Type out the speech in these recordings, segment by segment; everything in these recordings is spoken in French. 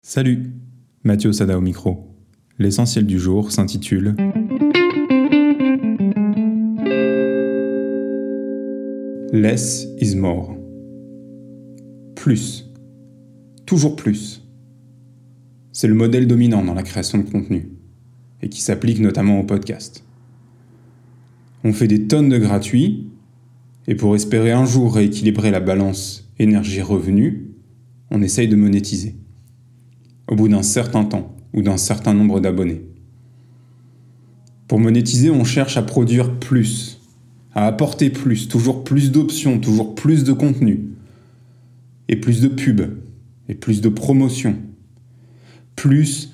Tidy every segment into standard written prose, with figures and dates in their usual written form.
Salut, Mathieu Osada au micro. L'essentiel du jour s'intitule Less is more. Plus. Toujours plus. C'est le modèle dominant dans la création de contenu et qui s'applique notamment au podcast. On fait des tonnes de gratuits et pour espérer un jour rééquilibrer la balance énergie-revenu, on essaye de monétiser. Au bout d'un certain temps ou d'un certain nombre d'abonnés. Pour monétiser, on cherche à produire plus, à apporter plus, toujours plus d'options, toujours plus de contenu, et plus de pubs, et plus de promotions. Plus.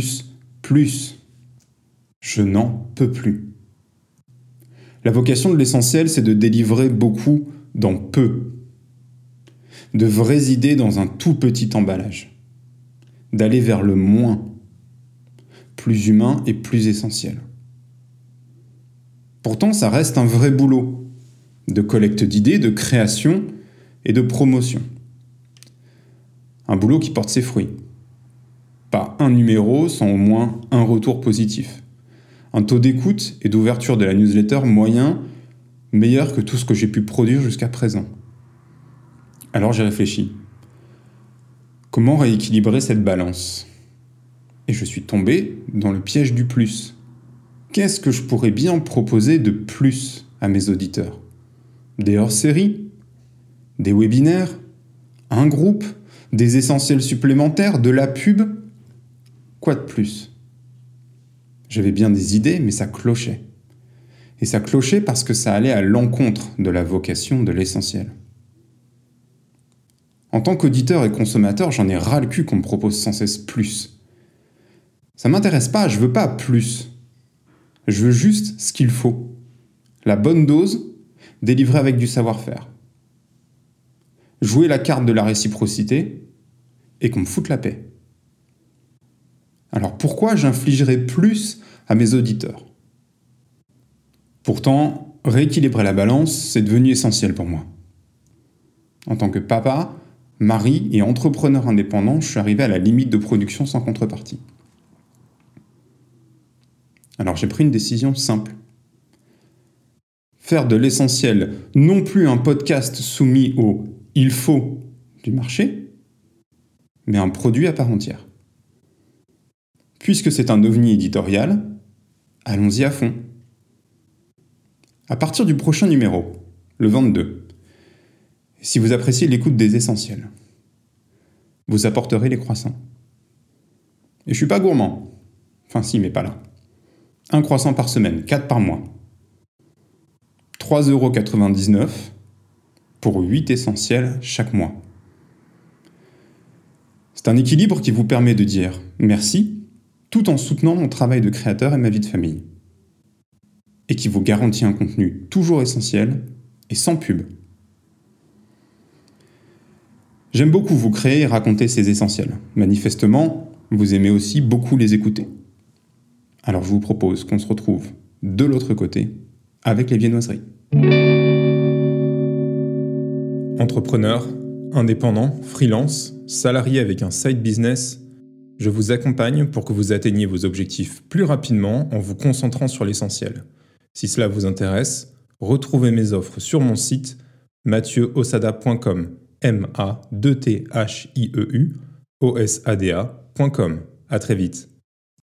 Je n'en peux plus. La vocation de l'essentiel, c'est de délivrer beaucoup dans peu. De vraies idées dans un tout petit emballage. D'aller vers le moins, plus humain et plus essentiel. Pourtant, ça reste un vrai boulot, de collecte d'idées, de création et de promotion. Un boulot qui porte ses fruits. Pas un numéro sans au moins un retour positif. Un taux d'écoute et d'ouverture de la newsletter moyen, meilleur que tout ce que j'ai pu produire jusqu'à présent. Alors j'ai réfléchi. Comment rééquilibrer cette balance ? Et je suis tombé dans le piège du plus. Qu'est-ce que je pourrais bien proposer de plus à mes auditeurs ? Des hors-séries ? Des webinaires ? Un groupe ? Des essentiels supplémentaires ? De la pub ? Quoi de plus ? J'avais bien des idées, mais ça clochait. Et ça clochait parce que ça allait à l'encontre de la vocation de l'essentiel. En tant qu'auditeur et consommateur, j'en ai ras le cul qu'on me propose sans cesse plus. Ça m'intéresse pas, je veux pas plus. Je veux juste ce qu'il faut. La bonne dose, délivrée avec du savoir-faire. Jouer la carte de la réciprocité et qu'on me foute la paix. Alors pourquoi j'infligerais plus à mes auditeurs ? Pourtant, rééquilibrer la balance, c'est devenu essentiel pour moi. En tant que papa, mari et entrepreneur indépendant, je suis arrivé à la limite de production sans contrepartie. Alors j'ai pris une décision simple. Faire de l'essentiel non plus un podcast soumis au « il faut » du marché, mais un produit à part entière. Puisque c'est un ovni éditorial, allons-y à fond. À partir du prochain numéro, le 22, si vous appréciez l'écoute des essentiels, vous apporterez les croissants. Et je suis pas gourmand. Enfin si, mais pas là. 1 croissant par semaine, 4 par mois. 3,99 € pour 8 essentiels chaque mois. C'est un équilibre qui vous permet de dire merci, tout en soutenant mon travail de créateur et ma vie de famille. Et qui vous garantit un contenu toujours essentiel et sans pub. J'aime beaucoup vous créer et raconter ces essentiels. Manifestement, vous aimez aussi beaucoup les écouter. Alors je vous propose qu'on se retrouve de l'autre côté avec les viennoiseries. Entrepreneur, indépendant, freelance, salarié avec un side business, je vous accompagne pour que vous atteigniez vos objectifs plus rapidement en vous concentrant sur l'essentiel. Si cela vous intéresse, retrouvez mes offres sur mon site mathieuosada.com. mathieuosada.com. À très vite.